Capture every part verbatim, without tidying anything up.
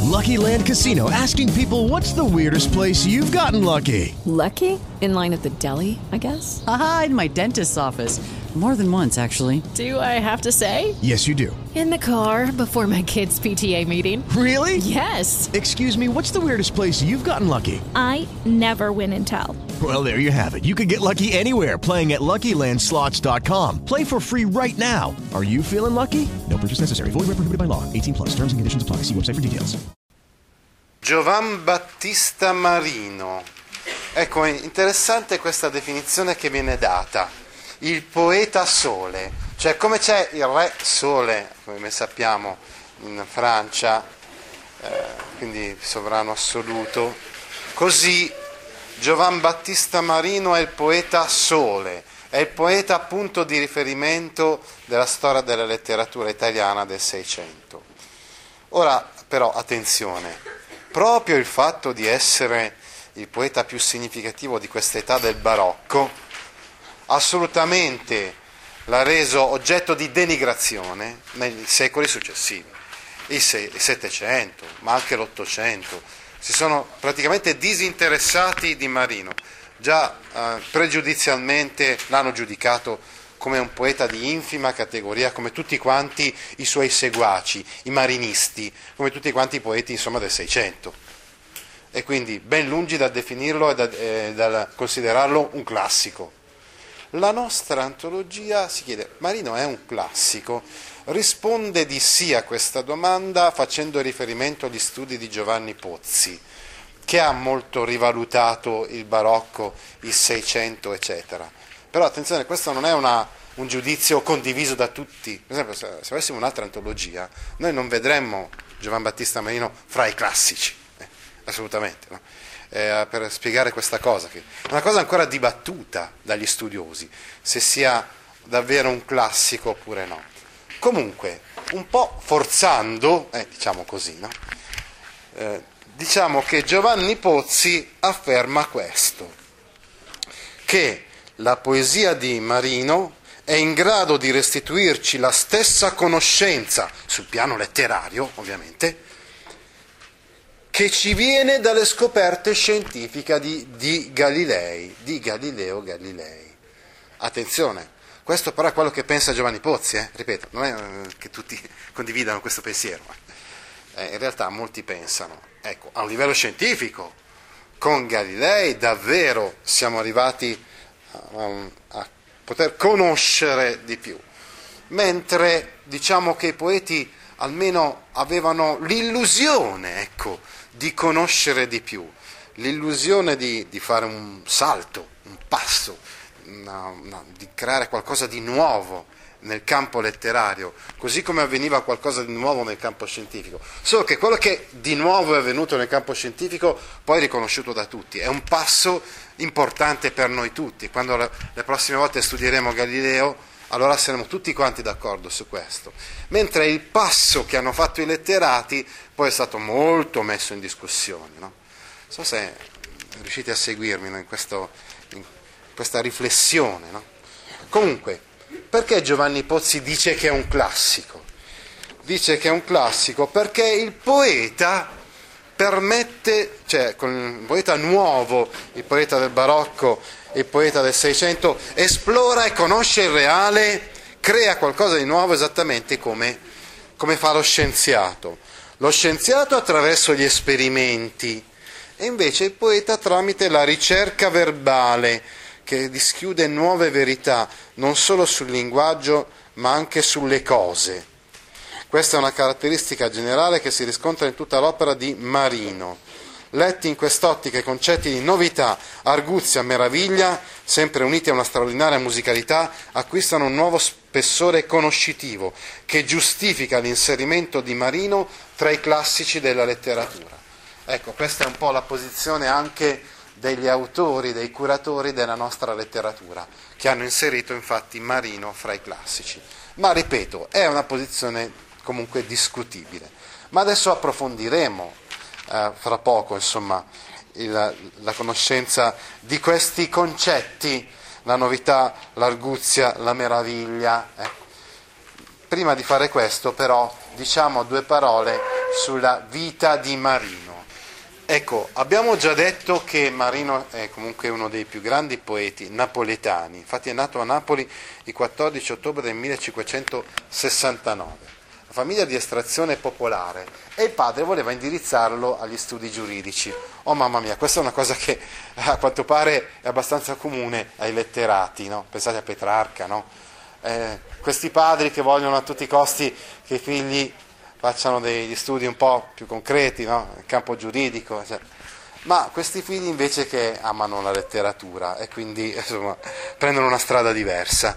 Lucky Land Casino, asking people, what's the weirdest place you've gotten lucky? Lucky? In line at the deli, I guess? Aha, in my dentist's office. More than once, actually. Do I have to say? Yes, you do. In the car before my kids' P T A meeting. Really? Yes. Excuse me, what's the weirdest place you've gotten lucky? I never win and tell. Well, there you have it. You can get lucky anywhere, playing at Lucky Land Slots dot com. Play for free right now. Are you feeling lucky? No purchase necessary. Void where prohibited by law. eighteen plus. Terms and conditions apply. See website for details. Giovan Battista Marino. Ecco, è interessante questa definizione che viene data. Il poeta sole, cioè come c'è il re sole, come sappiamo in Francia, eh, quindi sovrano assoluto, così Giovan Battista Marino è il poeta sole, è il poeta appunto di riferimento della storia della letteratura italiana del Seicento. Ora però attenzione, proprio il fatto di essere il poeta più significativo di questa età del barocco assolutamente l'ha reso oggetto di denigrazione nei secoli successivi, il Settecento, ma anche l'Ottocento, si sono praticamente disinteressati di Marino, già eh, pregiudizialmente l'hanno giudicato come un poeta di infima categoria, come tutti quanti i suoi seguaci, i marinisti, come tutti quanti i poeti insomma del Seicento, e quindi ben lungi dal definirlo e da, eh, dal considerarlo un classico. La nostra antologia si chiede: Marino è un classico? Risponde di sì a questa domanda facendo riferimento agli studi di Giovanni Pozzi, che ha molto rivalutato il barocco, il Seicento, eccetera. Però attenzione, questo non è una, un giudizio condiviso da tutti. Per esempio, se, se avessimo un'altra antologia, noi non vedremmo Giovan Battista Marino fra i classici, eh, assolutamente, no? Eh, per spiegare questa cosa, che è una cosa ancora dibattuta dagli studiosi, se sia davvero un classico oppure no. Comunque, un po' forzando, eh, diciamo così, no? eh, diciamo che Giovanni Pozzi afferma questo, che la poesia di Marino è in grado di restituirci la stessa conoscenza, sul piano letterario ovviamente, che ci viene dalle scoperte scientifiche di, di Galilei, di Galileo Galilei. Attenzione, questo però è quello che pensa Giovanni Pozzi, eh? Ripeto, non è eh, che tutti condividano questo pensiero, eh, in realtà molti pensano, ecco, a un livello scientifico, con Galilei davvero siamo arrivati a, a poter conoscere di più, mentre diciamo che i poeti almeno avevano l'illusione, ecco, di conoscere di più, l'illusione di, di fare un salto, un passo, una, una, di creare qualcosa di nuovo nel campo letterario, così come avveniva qualcosa di nuovo nel campo scientifico. Solo che quello che di nuovo è avvenuto nel campo scientifico poi è riconosciuto da tutti, è un passo importante per noi tutti. Quando le, le prossime volte studieremo Galileo, allora saremo tutti quanti d'accordo su questo, mentre il passo che hanno fatto i letterati poi è stato molto messo in discussione, no? Non so se riuscite a seguirmi, no, in, questo, in questa riflessione, no? Comunque, perché Giovanni Pozzi dice che è un classico? Dice che è un classico perché il poeta permette, cioè con il poeta nuovo, il poeta del barocco, il poeta del Seicento, esplora e conosce il reale, crea qualcosa di nuovo esattamente come, come fa lo scienziato. Lo scienziato attraverso gli esperimenti e invece il poeta tramite la ricerca verbale che dischiude nuove verità non solo sul linguaggio ma anche sulle cose. Questa è una caratteristica generale che si riscontra in tutta l'opera di Marino. Letti in quest'ottica i concetti di novità, arguzia, meraviglia, sempre uniti a una straordinaria musicalità, acquistano un nuovo spessore conoscitivo che giustifica l'inserimento di Marino tra i classici della letteratura. Ecco, questa è un po' la posizione anche degli autori, dei curatori della nostra letteratura, che hanno inserito infatti Marino fra i classici. Ma ripeto, è una posizione comunque discutibile. Ma adesso approfondiremo eh, fra poco, insomma, il, la conoscenza di questi concetti, la novità, l'arguzia, la meraviglia. Eh. Prima di fare questo, però, diciamo due parole sulla vita di Marino. Ecco, abbiamo già detto che Marino è comunque uno dei più grandi poeti napoletani, infatti è nato a Napoli il quattordici ottobre del millecinquecentosessantanove. Famiglia di estrazione popolare, e il padre voleva indirizzarlo agli studi giuridici. Oh mamma mia, questa è una cosa che a quanto pare è abbastanza comune ai letterati, no? Pensate a Petrarca, no? Eh, questi padri che vogliono a tutti i costi che i figli facciano degli studi un po' più concreti, no? Nel campo giuridico, cioè. Ma questi figli invece che amano la letteratura e quindi insomma prendono una strada diversa.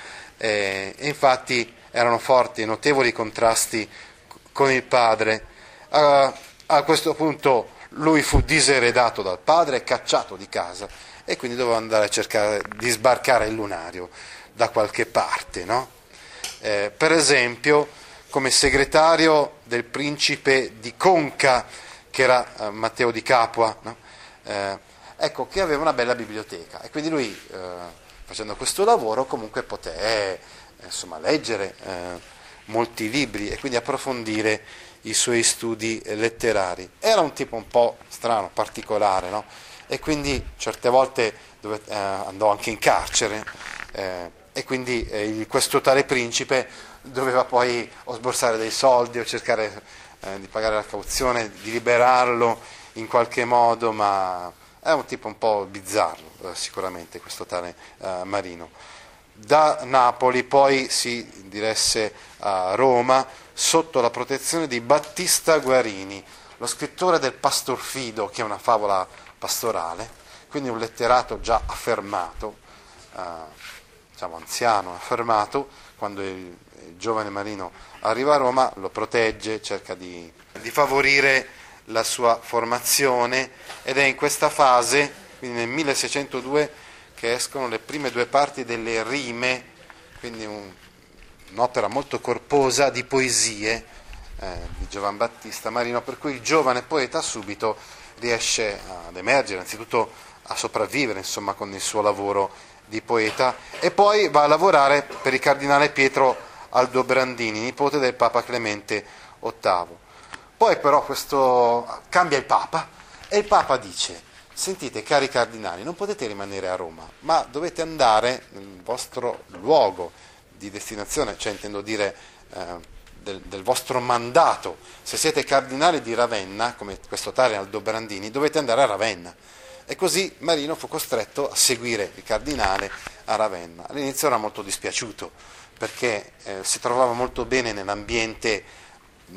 Eh, e infatti erano forti e notevoli contrasti con il padre. Uh, a questo punto lui fu diseredato dal padre e cacciato di casa, e quindi doveva andare a cercare di sbarcare il lunario da qualche parte, no? Eh, per esempio come segretario del principe di Conca, che era uh, Matteo di Capua, no? eh, ecco, che aveva una bella biblioteca, e quindi lui uh, facendo questo lavoro comunque poté insomma leggere eh, molti libri e quindi approfondire i suoi studi letterari. Era un tipo un po' strano, particolare, no? E quindi certe volte dove, eh, andò anche in carcere eh, e quindi eh, questo tale principe doveva poi o sborsare dei soldi o cercare eh, di pagare la cauzione, di liberarlo in qualche modo, ma è un tipo un po' bizzarro eh, sicuramente questo tale eh, Marino. Da Napoli poi si diresse a Roma sotto la protezione di Battista Guarini, lo scrittore del Pastor Fido, che è una favola pastorale, quindi un letterato già affermato, eh, diciamo anziano, affermato. Quando il, il giovane Marino arriva a Roma lo protegge, cerca di, di favorire la sua formazione, ed è in questa fase, quindi nel milleseicentodue, che escono le prime due parti delle Rime, quindi un, un'opera molto corposa di poesie eh, di Giovan Battista Marino, per cui il giovane poeta subito riesce ad emergere, anzitutto a sopravvivere insomma con il suo lavoro di poeta, e poi va a lavorare per il cardinale Pietro Aldobrandini, nipote del Papa Clemente ottavo. Poi però questo cambia il Papa, e il Papa dice: sentite cari cardinali, non potete rimanere a Roma, ma dovete andare nel vostro luogo di destinazione, cioè intendo dire eh, del, del vostro mandato. Se siete cardinali di Ravenna, come questo tale Aldobrandini, dovete andare a Ravenna. E così Marino fu costretto a seguire il cardinale a Ravenna. All'inizio era molto dispiaciuto, perché eh, si trovava molto bene nell'ambiente mh,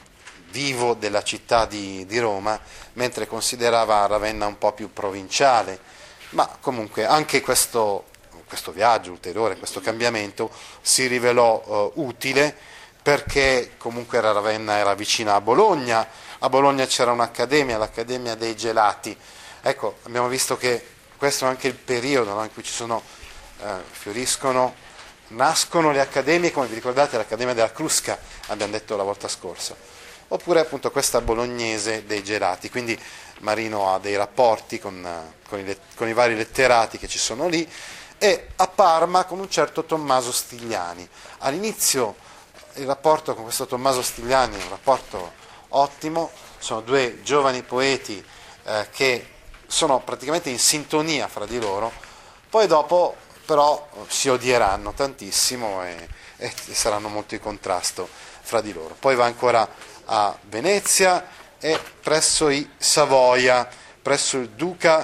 vivo della città di, di Roma, mentre considerava Ravenna un po' più provinciale, ma comunque anche questo, questo viaggio ulteriore, questo cambiamento si rivelò uh, utile, perché comunque Ravenna era vicina a Bologna, a Bologna c'era un'accademia, l'Accademia dei Gelati. Ecco, abbiamo visto che questo è anche il periodo, no, in cui ci sono, uh, fioriscono, nascono le accademie, come vi ricordate l'Accademia della Crusca, abbiamo detto la volta scorsa. Oppure appunto questa bolognese dei gelati, quindi Marino ha dei rapporti con, con, i, con i vari letterati che ci sono lì, e a Parma con un certo Tommaso Stigliani. All'inizio il rapporto con questo Tommaso Stigliani è un rapporto ottimo, sono due giovani poeti eh, che sono praticamente in sintonia fra di loro, poi dopo però si odieranno tantissimo e, e saranno molto in contrasto fra di loro. Poi va ancora a Venezia e presso i Savoia, presso il duca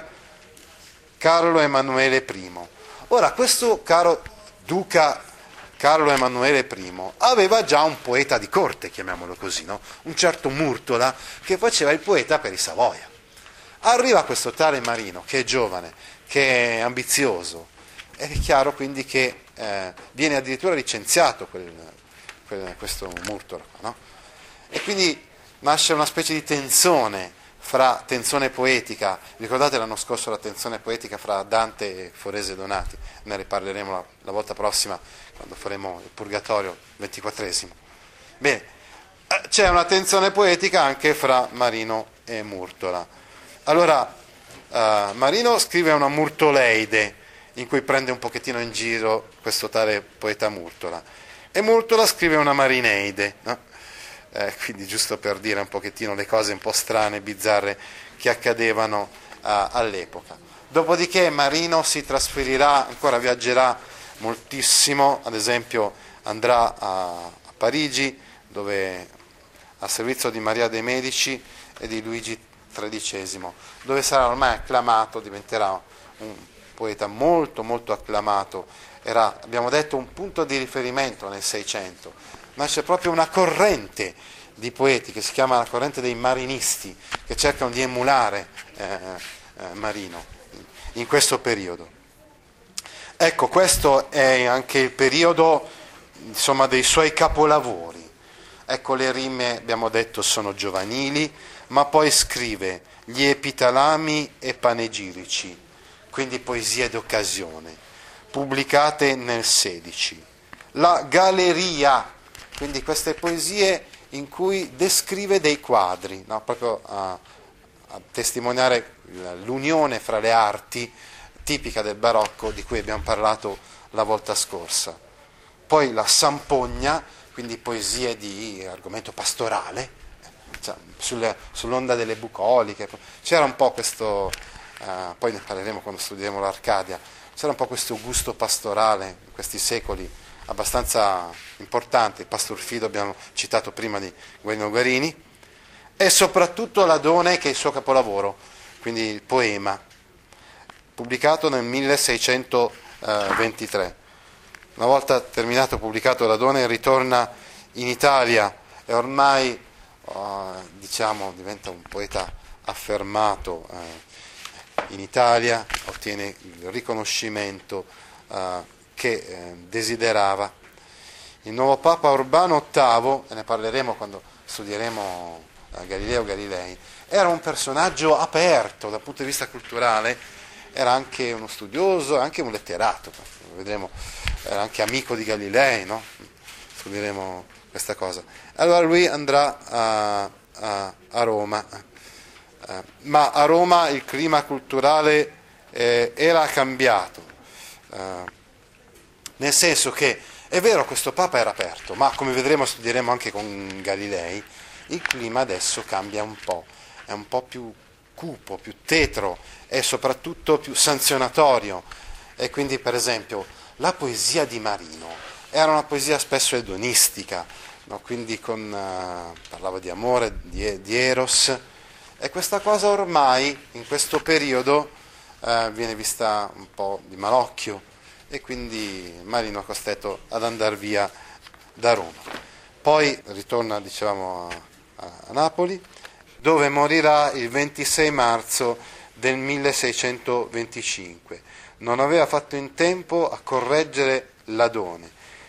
Carlo Emanuele I. Ora, questo caro duca Carlo Emanuele I aveva già un poeta di corte, chiamiamolo così, no? Un certo Murtola, che faceva il poeta per i Savoia. Arriva questo tale Marino, che è giovane, che è ambizioso, ed è chiaro quindi che eh, viene addirittura licenziato quel, quel, questo Murtola, no? E quindi nasce una specie di tensione fra tensione poetica. Ricordate l'anno scorso la tensione poetica fra Dante e Forese Donati? Ne riparleremo la, la volta prossima, quando faremo il Purgatorio ventiquattresimo. Bene, c'è una tensione poetica anche fra Marino e Murtola. Allora, uh, Marino scrive una Murtoleide, in cui prende un pochettino in giro questo tale poeta Murtola, e Murtola scrive una Marineide, no? eh, quindi giusto per dire un pochettino le cose un po' strane, bizzarre che accadevano eh, all'epoca. Dopodiché Marino si trasferirà, ancora viaggerà moltissimo, ad esempio andrà a, a Parigi, dove a servizio di Maria de' Medici e di Luigi tredicesimo, dove sarà ormai acclamato, diventerà un poeta molto molto acclamato. Era, abbiamo detto, un punto di riferimento nel Seicento. Nasce proprio una corrente di poeti che si chiama la corrente dei marinisti, che cercano di emulare eh, eh, Marino in questo periodo. Ecco, questo è anche il periodo, insomma, dei suoi capolavori. Ecco, le rime, abbiamo detto, sono giovanili, ma poi scrive gli epitalami e panegirici, quindi poesie d'occasione, pubblicate nel sedici. La Galleria, quindi queste poesie in cui descrive dei quadri, no? Proprio a, a testimoniare l'unione fra le arti tipica del barocco di cui abbiamo parlato la volta scorsa. Poi la Sampogna, quindi poesie di argomento pastorale, cioè, sulle, sull'onda delle bucoliche. C'era un po' questo, eh, poi ne parleremo quando studieremo l'Arcadia, c'era un po' questo gusto pastorale in questi secoli abbastanza importante. Il Pastor Fido abbiamo citato prima di Guarino Guarini, e soprattutto l'Adone, che è il suo capolavoro, quindi il poema, pubblicato nel milleseicentoventitré. Una volta terminato, pubblicato l'Adone, ritorna in Italia e ormai uh, diciamo diventa un poeta affermato uh, in Italia, ottiene il riconoscimento uh, che uh, desiderava. Il nuovo Papa Urbano ottavo, e ne parleremo quando studieremo uh, Galileo Galilei, era un personaggio aperto dal punto di vista culturale, era anche uno studioso, anche un letterato, vedremo, era anche amico di Galilei, no? Studieremo questa cosa. Allora lui andrà a, a, a Roma, eh, ma a Roma il clima culturale eh, era cambiato, eh, nel senso che è vero, questo Papa era aperto, ma come vedremo, studieremo anche con Galilei, il clima adesso cambia un po', è un po' più cupo, più tetro e soprattutto più sanzionatorio. E quindi, per esempio, la poesia di Marino era una poesia spesso edonistica, no? Quindi con, uh, parlava di amore, di, di eros, e questa cosa ormai in questo periodo uh, viene vista un po' di malocchio, e quindi Marino è costretto ad andare via da Roma. Poi ritorna, dicevamo, a, a Napoli, dove morirà il ventisei marzo del milleseicentoventicinque. Non aveva fatto in tempo a correggere l'Adone,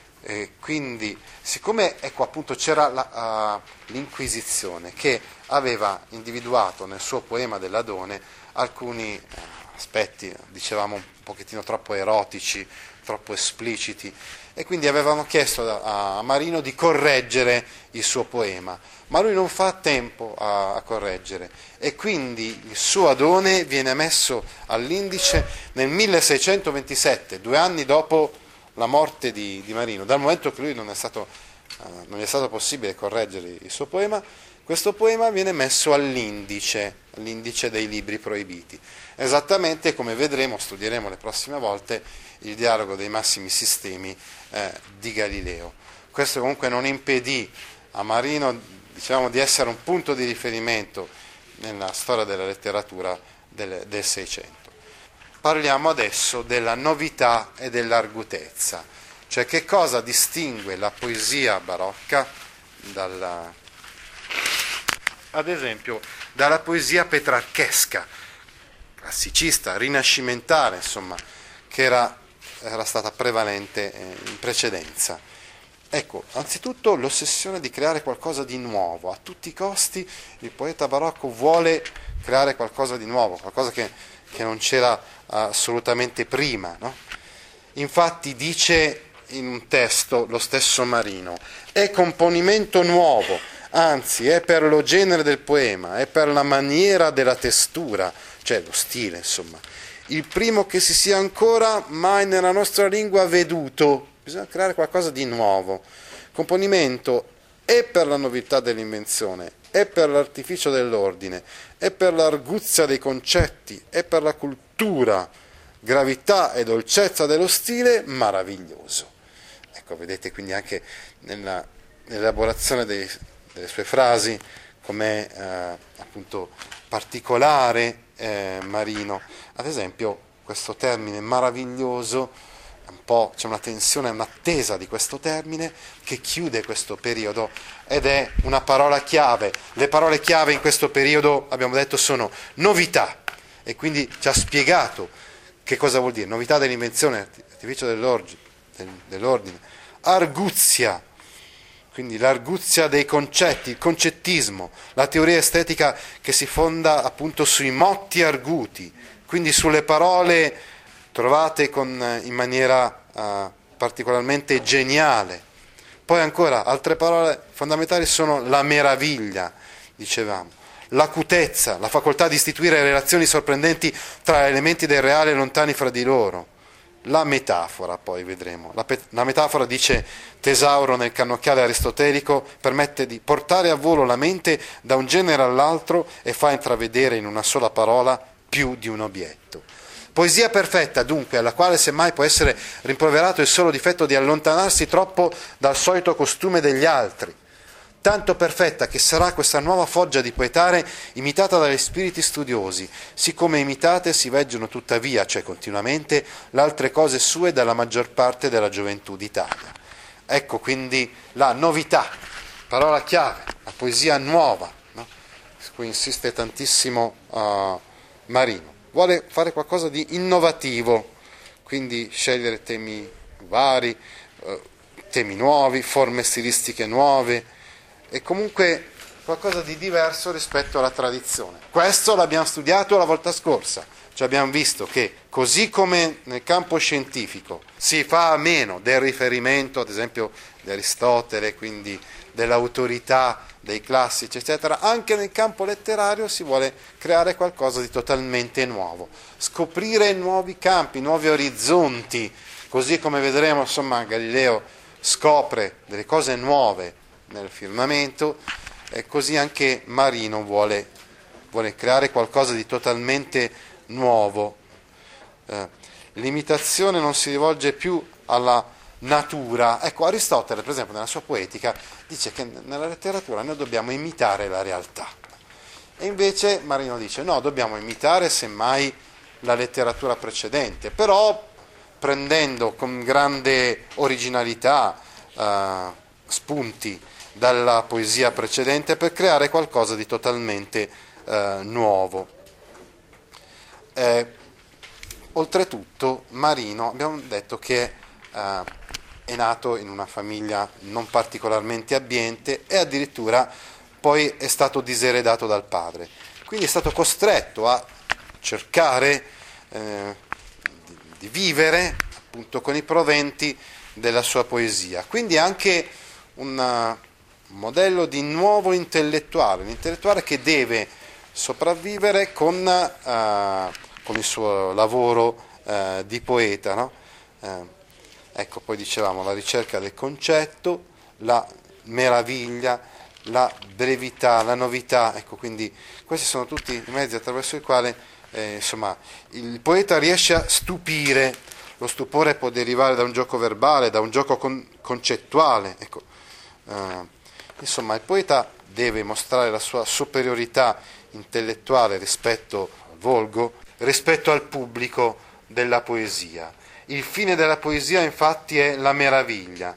e quindi, siccome, ecco, appunto, c'era la, uh, l'Inquisizione che aveva individuato nel suo poema dell'Adone alcuni uh, aspetti, dicevamo, un pochettino troppo erotici, troppo espliciti, e quindi avevano chiesto a, a Marino di correggere il suo poema, ma lui non fa tempo a, a correggere, e quindi il suo Adone viene messo all'indice nel milleseicentoventisette, due anni dopo la morte di, di Marino. Dal momento che lui non è stato, uh, non gli è stato possibile correggere il suo poema, questo poema viene messo all'indice, all'indice dei libri proibiti, esattamente come vedremo, studieremo le prossime volte, il dialogo dei massimi sistemi eh, di Galileo. Questo comunque non impedì a Marino, diciamo, di essere un punto di riferimento nella storia della letteratura del, del Seicento. Parliamo adesso della novità e dell'argutezza, cioè che cosa distingue la poesia barocca dalla, ad esempio, dalla poesia petrarchesca, classicista, rinascimentale, insomma, che era, era stata prevalente in precedenza. Ecco, anzitutto l'ossessione di creare qualcosa di nuovo. A tutti i costi il poeta barocco vuole creare qualcosa di nuovo, qualcosa che, che non c'era assolutamente prima, no? Infatti dice in un testo lo stesso Marino: è componimento nuovo, anzi è per lo genere del poema, è per la maniera della testura, cioè lo stile, insomma, il primo che si sia ancora mai nella nostra lingua veduto. Bisogna creare qualcosa di nuovo. Componimento e per la novità dell'invenzione, e per l'artificio dell'ordine, e per l'arguzia dei concetti, e per la cultura, gravità e dolcezza dello stile, meraviglioso. Ecco, vedete quindi anche nella, nell'elaborazione dei, delle sue frasi com'è eh, appunto particolare eh, Marino. Ad esempio questo termine meraviglioso, un po' c'è una tensione, un'attesa di questo termine che chiude questo periodo ed è una parola chiave. Le parole chiave in questo periodo, abbiamo detto, sono novità, e quindi ci ha spiegato che cosa vuol dire novità dell'invenzione, artificio dell'ordine, dell'ordine, arguzia, quindi l'arguzia dei concetti, il concettismo, la teoria estetica che si fonda appunto sui motti arguti, quindi sulle parole trovate con, in maniera uh, particolarmente geniale. Poi ancora altre parole fondamentali sono la meraviglia, dicevamo, l'acutezza, la facoltà di istituire relazioni sorprendenti tra elementi del reale lontani fra di loro. La metafora, poi vedremo. La, pe- la metafora, dice Tesauro nel Cannocchiale aristotelico, permette di portare a volo la mente da un genere all'altro e fa intravedere in una sola parola più di un obietto. Poesia perfetta, dunque, alla quale semmai può essere rimproverato il solo difetto di allontanarsi troppo dal solito costume degli altri. Tanto perfetta che sarà questa nuova foggia di poetare imitata dagli spiriti studiosi, siccome imitate si veggono tuttavia, cioè continuamente, le altre cose sue dalla maggior parte della gioventù d'Italia. Ecco quindi la novità, parola chiave, la poesia nuova, no? Su cui insiste tantissimo uh, Marino. Vuole fare qualcosa di innovativo, quindi scegliere temi vari, uh, temi nuovi, forme stilistiche nuove, e comunque qualcosa di diverso rispetto alla tradizione. Questo l'abbiamo studiato la volta scorsa, cioè abbiamo visto che così come nel campo scientifico si fa a meno del riferimento, ad esempio di Aristotele, quindi dell'autorità dei classici, eccetera, anche nel campo letterario si vuole creare qualcosa di totalmente nuovo, scoprire nuovi campi, nuovi orizzonti, così come vedremo, insomma, Galileo scopre delle cose nuove nel firmamento, e così anche Marino vuole, vuole creare qualcosa di totalmente nuovo. Eh, l'imitazione non si rivolge più alla natura. Ecco, Aristotele, per esempio, nella sua poetica dice che nella letteratura noi dobbiamo imitare la realtà, e invece Marino dice no, dobbiamo imitare semmai la letteratura precedente, però prendendo con grande originalità eh, spunti dalla poesia precedente per creare qualcosa di totalmente eh, nuovo. Eh, oltretutto Marino, abbiamo detto che eh, è nato in una famiglia non particolarmente abbiente e addirittura poi è stato diseredato dal padre, quindi è stato costretto a cercare eh, di, di vivere appunto con i proventi della sua poesia, quindi anche una un modello di nuovo intellettuale, un intellettuale che deve sopravvivere con, uh, con il suo lavoro uh, di poeta, no? Uh, ecco, poi dicevamo la ricerca del concetto, la meraviglia, la brevità, la novità, ecco, quindi questi sono tutti i mezzi attraverso i quali eh, insomma, il poeta riesce a stupire. Lo stupore può derivare da un gioco verbale, da un gioco con- concettuale, ecco. Uh, Insomma, il poeta deve mostrare la sua superiorità intellettuale rispetto al volgo, rispetto al pubblico della poesia. Il fine della poesia, infatti, è la meraviglia,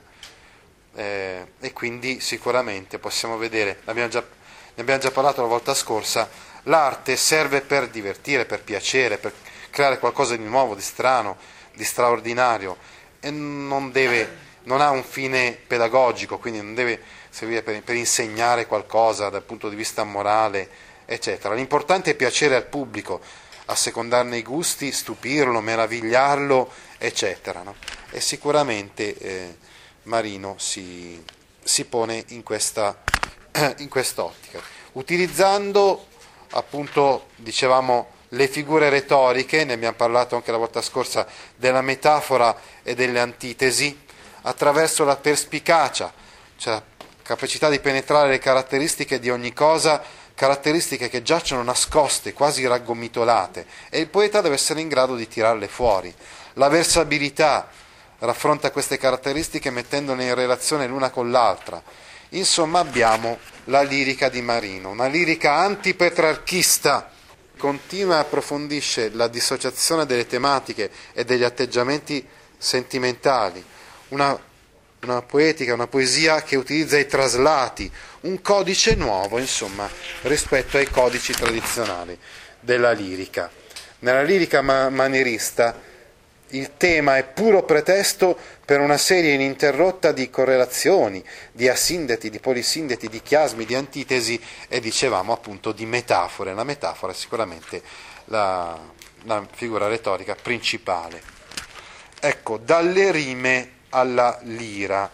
eh, e quindi sicuramente possiamo vedere, l'abbiamo già, ne abbiamo già parlato la volta scorsa, l'arte serve per divertire, per piacere, per creare qualcosa di nuovo, di strano, di straordinario, e non deve, non ha un fine pedagogico, quindi non deve servire per, per insegnare qualcosa dal punto di vista morale, eccetera. L'importante è piacere al pubblico, assecondarne i gusti, stupirlo, meravigliarlo, eccetera, no? E sicuramente eh, Marino si, si pone in questa eh, in quest'ottica, utilizzando appunto, dicevamo, le figure retoriche, ne abbiamo parlato anche la volta scorsa, della metafora e delle antitesi, attraverso la perspicacia, cioè capacità di penetrare le caratteristiche di ogni cosa, caratteristiche che giacciono nascoste, quasi raggomitolate, e il poeta deve essere in grado di tirarle fuori. La versabilità raffronta queste caratteristiche mettendole in relazione l'una con l'altra. Insomma, abbiamo la lirica di Marino, una lirica antipetrarchista, continua e approfondisce la dissociazione delle tematiche e degli atteggiamenti sentimentali, una, una poetica, una poesia che utilizza i traslati, un codice nuovo, insomma, rispetto ai codici tradizionali della lirica. Nella lirica ma- manierista il tema è puro pretesto per una serie ininterrotta di correlazioni, di asindeti, di polisindeti, di chiasmi, di antitesi e, dicevamo appunto, di metafore. La metafora è sicuramente la, la figura retorica principale. Ecco, dalle rime alla lira.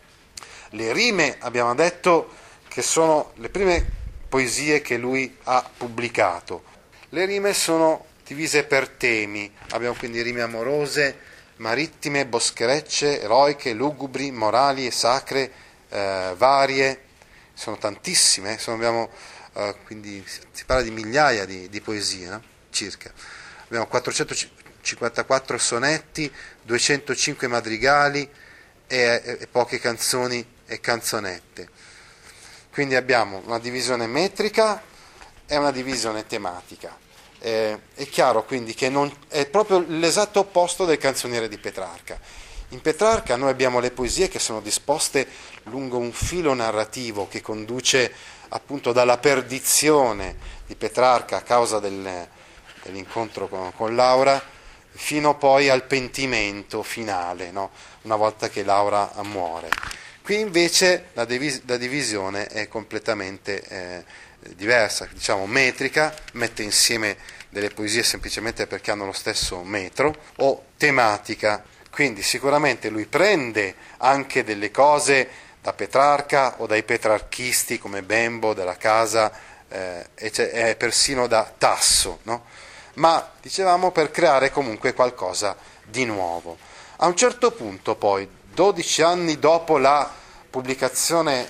Le rime, abbiamo detto, che sono le prime poesie che lui ha pubblicato. Le rime sono divise per temi, abbiamo quindi rime amorose, marittime, boscherecce, eroiche, lugubri, morali e sacre, eh, varie, sono tantissime, sono, abbiamo, eh, quindi si parla di migliaia di, di poesie, no? Circa. Abbiamo quattrocentocinquantaquattro sonetti, duecentocinque madrigali e, e, e poche canzoni e canzonette. Quindi abbiamo una divisione metrica e una divisione tematica. Eh, è chiaro quindi che non, è proprio l'esatto opposto del canzoniere di Petrarca. In Petrarca noi abbiamo le poesie che sono disposte lungo un filo narrativo che conduce appunto dalla perdizione di Petrarca a causa del, dell'incontro con, con Laura fino poi al pentimento finale, no? Una volta che Laura muore. Qui invece la, divis- la divisione è completamente eh, diversa, diciamo metrica, mette insieme delle poesie semplicemente perché hanno lo stesso metro, o tematica, quindi sicuramente lui prende anche delle cose da Petrarca o dai petrarchisti come Bembo, Della Casa eh, e, e persino da Tasso, no? Ma dicevamo per creare comunque qualcosa di nuovo. A un certo punto poi, dodici anni dopo la pubblicazione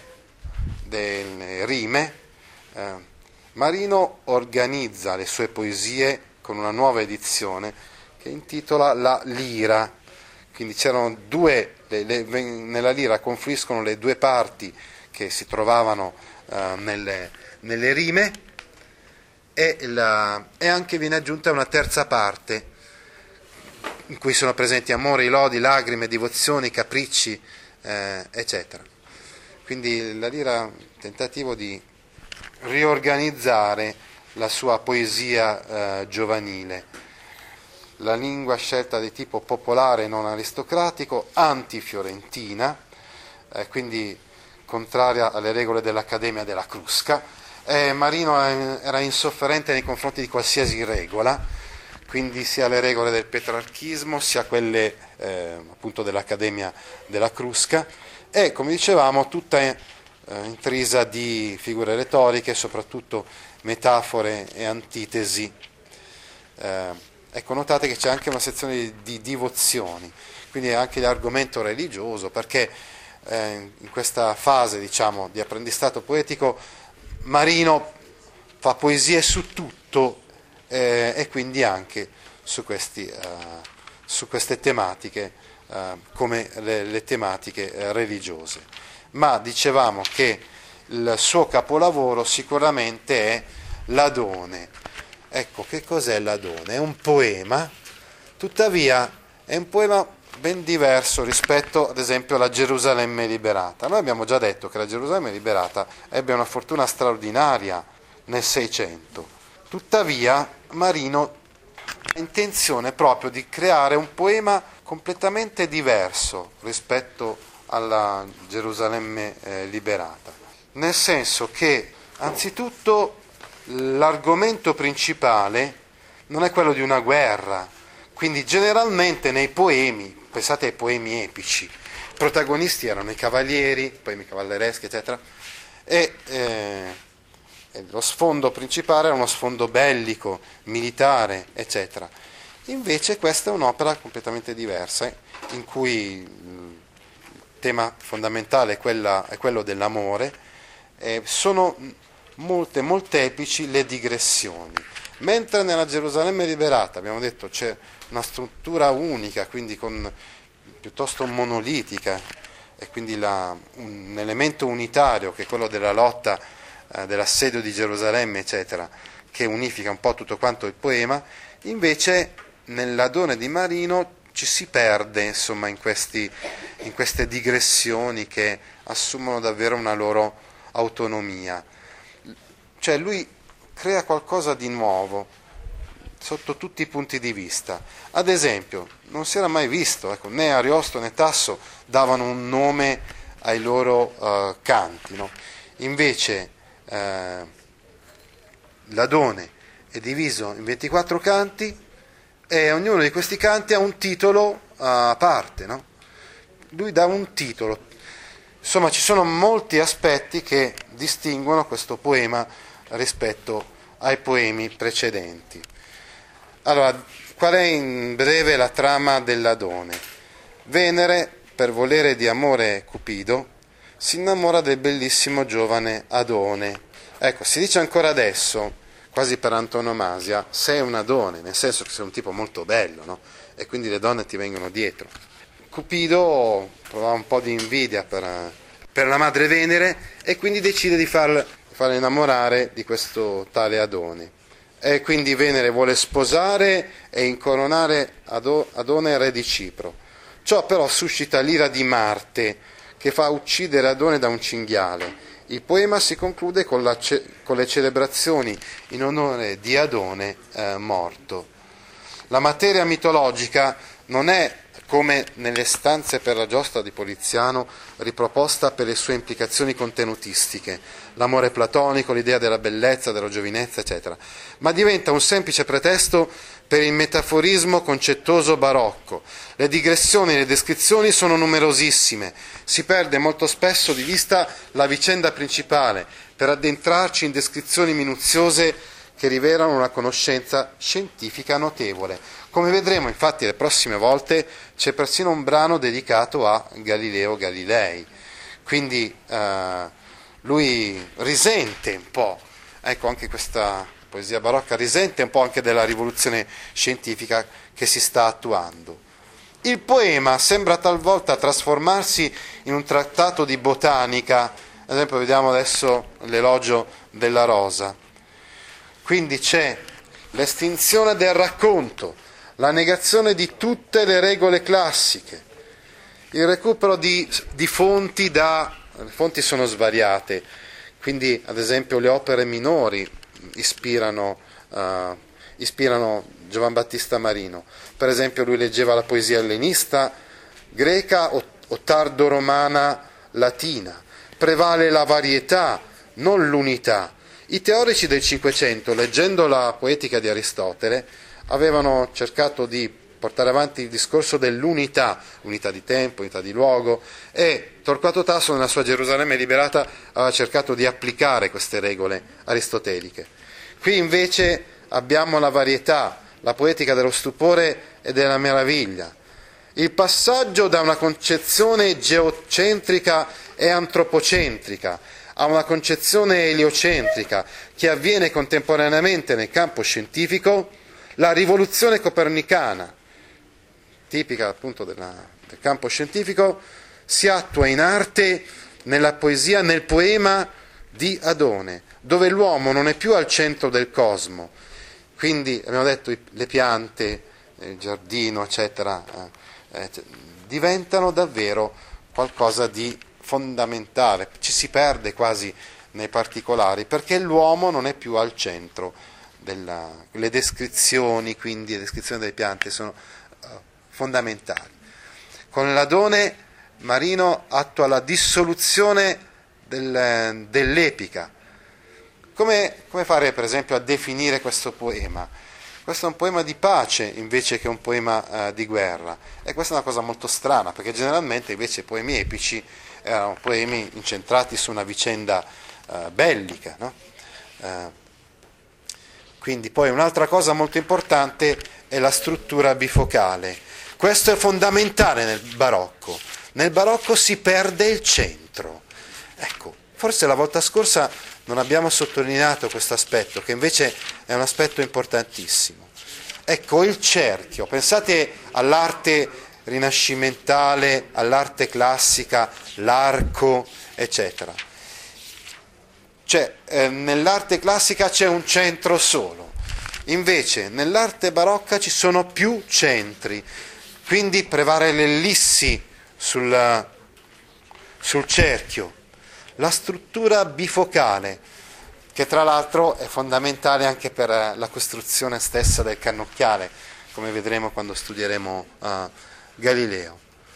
delle rime, eh, Marino organizza le sue poesie con una nuova edizione che intitola La Lira. Quindi c'erano due, le, le, nella Lira confluiscono le due parti che si trovavano eh, nelle, nelle rime e, la, e anche viene aggiunta una terza parte in cui sono presenti amore, lodi, lacrime, devozioni, capricci, eh, eccetera. Quindi la Lira è un tentativo di riorganizzare la sua poesia eh, giovanile. La lingua scelta di tipo popolare non aristocratico, antifiorentina, eh, quindi contraria alle regole dell'Accademia della Crusca. Eh, Marino era insofferente nei confronti di qualsiasi regola, quindi sia le regole del petrarchismo sia quelle eh, appunto dell'Accademia della Crusca, e come dicevamo tutta eh, intrisa di figure retoriche, soprattutto metafore e antitesi. Eh, ecco, notate che c'è anche una sezione di, di divozioni, quindi anche l'argomento religioso, perché eh, in questa fase, diciamo, di apprendistato poetico Marino fa poesie su tutto eh, e quindi anche su, questi, eh, su queste tematiche eh, come le, le tematiche eh, religiose. Ma dicevamo che il suo capolavoro sicuramente è l'Adone. Ecco, che cos'è l'Adone? È un poema, tuttavia è un poema ben diverso rispetto ad esempio alla Gerusalemme liberata. Noi abbiamo già detto che la Gerusalemme liberata ebbe una fortuna straordinaria nel Seicento, tuttavia Marino ha intenzione proprio di creare un poema completamente diverso rispetto alla Gerusalemme eh, liberata, nel senso che anzitutto l'argomento principale non è quello di una guerra, quindi generalmente nei poemi, pensate ai poemi epici, i protagonisti erano i cavalieri, i poemi cavallereschi, eccetera, e, eh, e lo sfondo principale era uno sfondo bellico, militare, eccetera. Invece questa è un'opera completamente diversa, in cui tema fondamentale è, quella, è quello dell'amore, eh, sono molte, molteplici le digressioni. Mentre nella Gerusalemme liberata, abbiamo detto, c'è una struttura unica, quindi con, piuttosto monolitica, e quindi la, un elemento unitario che è quello della lotta, eh, dell'assedio di Gerusalemme, eccetera, che unifica un po' tutto quanto il poema, invece nell'Adone di Marino ci si perde, insomma, in, questi, in queste digressioni che assumono davvero una loro autonomia. Cioè lui crea qualcosa di nuovo sotto tutti i punti di vista. Ad esempio, non si era mai visto, ecco, né Ariosto né Tasso davano un nome ai loro uh, canti, no? Invece uh, l'Adone è diviso in ventiquattro canti e ognuno di questi canti ha un titolo a parte, no? Lui dà un titolo. Insomma, ci sono molti aspetti che distinguono questo poema rispetto ai poemi precedenti. Allora, qual è in breve la trama dell'Adone? Venere, per volere di amore Cupido, si innamora del bellissimo giovane Adone. Ecco, si dice ancora adesso, quasi per antonomasia, sei un Adone, nel senso che sei un tipo molto bello, no? E quindi le donne ti vengono dietro. Cupido provava un po' di invidia per, per la madre Venere e quindi decide di far, farla innamorare di questo tale Adone. E quindi Venere vuole sposare e incoronare Adone re di Cipro. Ciò però suscita l'ira di Marte, che fa uccidere Adone da un cinghiale. Il poema si conclude con, la ce- con le celebrazioni in onore di Adone eh, morto. La materia mitologica non è, come nelle stanze per la giostra di Poliziano, riproposta per le sue implicazioni contenutistiche, l'amore platonico, l'idea della bellezza, della giovinezza, eccetera, ma diventa un semplice pretesto per il metaforismo concettoso barocco. Le digressioni e le descrizioni sono numerosissime, si perde molto spesso di vista la vicenda principale per addentrarci in descrizioni minuziose che rivelano una conoscenza scientifica notevole. Come vedremo infatti le prossime volte c'è persino un brano dedicato a Galileo Galilei, quindi eh, lui risente un po', ecco anche questa poesia barocca risente un po' anche della rivoluzione scientifica che si sta attuando. Il poema sembra talvolta trasformarsi in un trattato di botanica, ad esempio vediamo adesso l'elogio della rosa. Quindi c'è l'estinzione del racconto, la negazione di tutte le regole classiche, il recupero di, di fonti da, le fonti sono svariate, quindi ad esempio le opere minori ispirano, uh, ispirano Giovan Battista Marino. Per esempio lui leggeva la poesia ellenista, greca o, o tardo-romana latina, prevale la varietà, non l'unità. I teorici del Cinquecento, leggendo la poetica di Aristotele, avevano cercato di portare avanti il discorso dell'unità, unità di tempo, unità di luogo, e Torquato Tasso nella sua Gerusalemme liberata aveva cercato di applicare queste regole aristoteliche. Qui invece abbiamo la varietà, la poetica dello stupore e della meraviglia, il passaggio da una concezione geocentrica e antropocentrica a una concezione eliocentrica che avviene contemporaneamente nel campo scientifico, la rivoluzione copernicana, tipica appunto della, del campo scientifico, si attua in arte, nella poesia, nel poema di Adone, dove l'uomo non è più al centro del cosmo. Quindi abbiamo detto le piante, il giardino, eccetera, eh, diventano davvero qualcosa di fondamentale, ci si perde quasi nei particolari perché l'uomo non è più al centro della, le descrizioni, quindi le descrizioni delle piante sono uh, fondamentali. Con l'Adone Marino attua la dissoluzione del, dell'epica. Come, come fare per esempio a definire questo poema? Questo è un poema di pace invece che un poema uh, di guerra, e questa è una cosa molto strana perché generalmente invece i poemi epici erano poemi incentrati su una vicenda uh, bellica, no? Uh, quindi poi un'altra cosa molto importante è la struttura bifocale. Questo è fondamentale nel barocco, Nel barocco si perde il centro. Ecco, forse la volta scorsa non abbiamo sottolineato questo aspetto, che invece è un aspetto importantissimo. Ecco, il cerchio. Pensate all'arte rinascimentale, all'arte classica, l'arco, eccetera. Cioè, eh, nell'arte classica c'è un centro solo, invece nell'arte barocca ci sono più centri, quindi prevale l'ellissi sul, sul cerchio, la struttura bifocale, che tra l'altro è fondamentale anche per la costruzione stessa del cannocchiale, come vedremo quando studieremo uh, Galileo.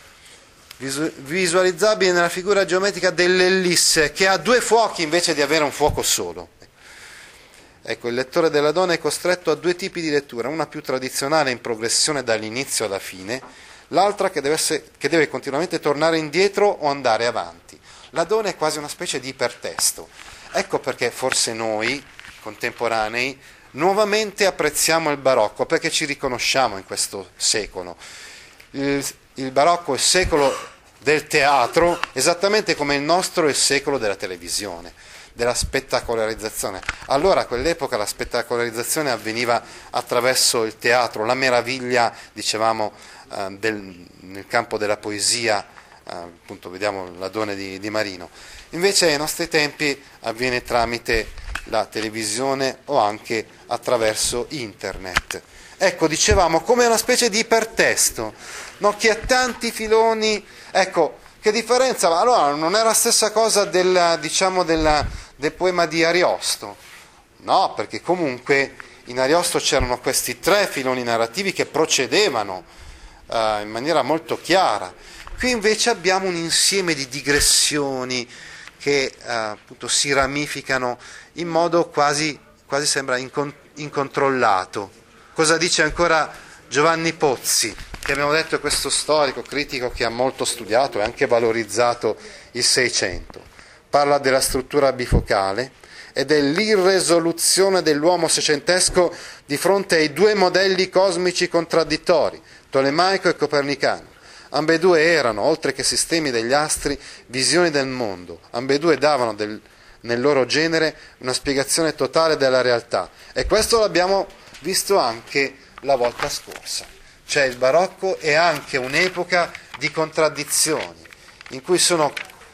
Visu- visualizzabile nella figura geometrica dell'ellisse, che ha due fuochi invece di avere un fuoco solo. Ecco, il lettore della donna è costretto a due tipi di lettura, una più tradizionale in progressione dall'inizio alla fine, l'altra che deve, essere, che deve continuamente tornare indietro o andare avanti. La donna è quasi una specie di ipertesto. Ecco perché forse noi, contemporanei, nuovamente apprezziamo il barocco, perché ci riconosciamo in questo secolo. Il, il barocco è il secolo del teatro, esattamente come il nostro è il secolo della televisione, della spettacolarizzazione. Allora, a quell'epoca la spettacolarizzazione avveniva attraverso il teatro, la meraviglia, dicevamo, eh, del, nel campo della poesia, eh, appunto vediamo la donna di, di Marino. Invece ai nostri tempi avviene tramite la televisione o anche attraverso internet. Ecco, dicevamo, come una specie di ipertesto, no? Che ha tanti filoni. Ecco, che differenza? Allora, non è la stessa cosa del, diciamo, del, del poema di Ariosto? No, perché comunque in Ariosto c'erano questi tre filoni narrativi che procedevano uh, in maniera molto chiara. Qui invece abbiamo un insieme di digressioni che uh, appunto si ramificano in modo quasi, quasi sembra incon- incontrollato. Cosa dice ancora Giovanni Pozzi, che abbiamo detto è questo storico, critico che ha molto studiato e anche valorizzato il Seicento? Parla della struttura bifocale e dell'irresoluzione dell'uomo seicentesco di fronte ai due modelli cosmici contraddittori, tolemaico e copernicano. Ambedue erano, oltre che sistemi degli astri, visioni del mondo. Ambedue davano del, nel loro genere una spiegazione totale della realtà. E questo l'abbiamo visto anche la volta scorsa. Cioè il barocco è anche un'epoca di contraddizioni, in cui sono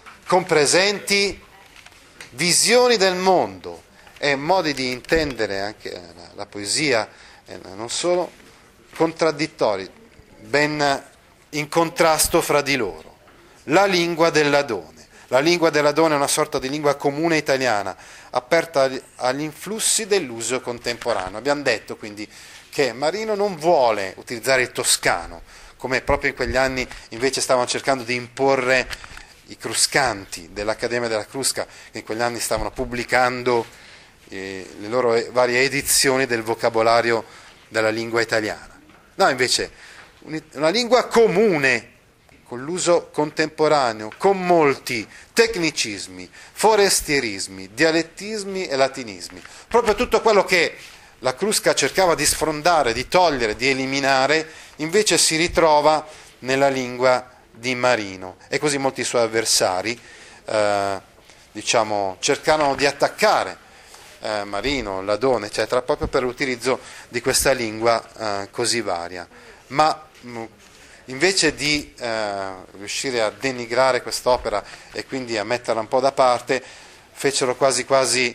compresenti visioni del mondo e modi di intendere anche la, la poesia, e non solo, contraddittori, ben in contrasto fra di loro. La lingua dell'Adone. La lingua dell'Adone è una sorta di lingua comune italiana, aperta agli influssi dell'uso contemporaneo. Abbiamo detto quindi che Marino non vuole utilizzare il toscano, come proprio in quegli anni invece stavano cercando di imporre i cruscanti dell'Accademia della Crusca, che in quegli anni stavano pubblicando eh, le loro varie edizioni del vocabolario della lingua italiana. No, invece una lingua comune, con l'uso contemporaneo, con molti tecnicismi, forestierismi, dialettismi e latinismi. Proprio tutto quello che la Crusca cercava di sfrondare, di togliere, di eliminare, invece si ritrova nella lingua di Marino. E così molti suoi avversari eh, diciamo, cercarono di attaccare eh, Marino, Ladone, eccetera, proprio per l'utilizzo di questa lingua eh, così varia. Ma mh, invece di eh, riuscire a denigrare quest'opera e quindi a metterla un po' da parte, fecero quasi quasi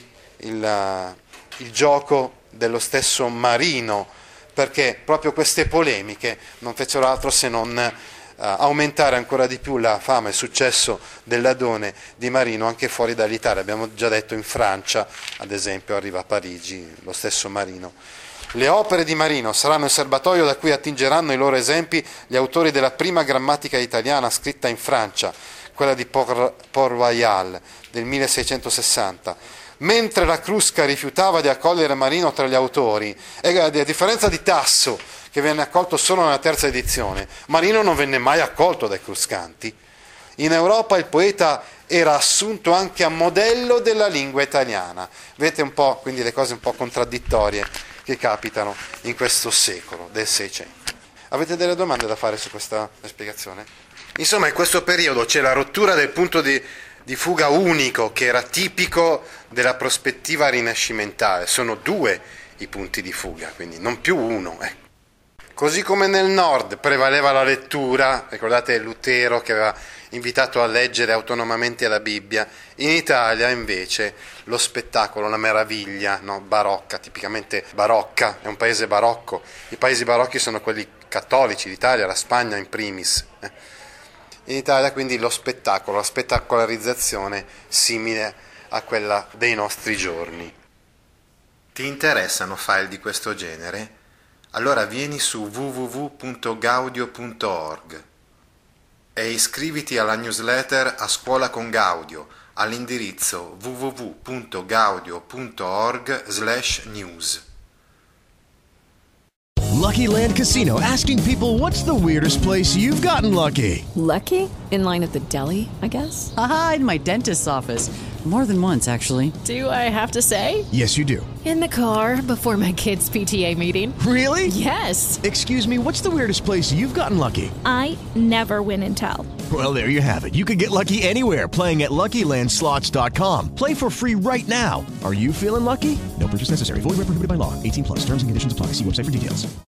il, il gioco dello stesso Marino, perché proprio queste polemiche non fecero altro se non eh, aumentare ancora di più la fama e il successo dell'Adone di Marino anche fuori dall'Italia. Abbiamo già detto in Francia, ad esempio, arriva a Parigi lo stesso Marino. Le opere di Marino saranno il serbatoio da cui attingeranno i loro esempi gli autori della prima grammatica italiana scritta in Francia, quella di Port-Royal del milleseicentosessanta. Mentre la Crusca rifiutava di accogliere Marino tra gli autori, e a differenza di Tasso, che venne accolto solo nella terza edizione, Marino non venne mai accolto dai cruscanti. In Europa il poeta era assunto anche a modello della lingua italiana. Vedete un po', quindi, le cose un po' contraddittorie che capitano in questo secolo del Seicento. Avete delle domande da fare su questa spiegazione? Insomma, in questo periodo c'è la rottura del punto di, di fuga unico che era tipico della prospettiva rinascimentale. Sono due i punti di fuga, quindi non più uno. Ecco. Così come nel nord prevaleva la lettura, ricordate Lutero che aveva invitato a leggere autonomamente la Bibbia, in Italia invece lo spettacolo, la meraviglia, no? barocca, tipicamente barocca, è un paese barocco. I paesi barocchi sono quelli cattolici, l'Italia, la Spagna in primis. Eh. In Italia quindi lo spettacolo, la spettacolarizzazione simile a quella dei nostri giorni. Ti interessano file di questo genere? Allora vieni su w w w punto gaudio punto org e iscriviti alla newsletter A Scuola con Gaudio all'indirizzo w w w punto gaudio punto org slash news. Lucky Land Casino, asking people, what's the weirdest place you've gotten lucky? Lucky? In line at the deli, I guess? Aha, in my dentist's office. More than once, actually. Do I have to say? Yes, you do. In the car before my kids' P T A meeting. Really? Yes. Excuse me, what's the weirdest place you've gotten lucky? I never win and tell. Well, there you have it. You can get lucky anywhere, playing at Lucky Land Slots dot com. Play for free right now. Are you feeling lucky? No purchase necessary. Void where prohibited by law. eighteen plus. Terms and conditions apply. See website for details.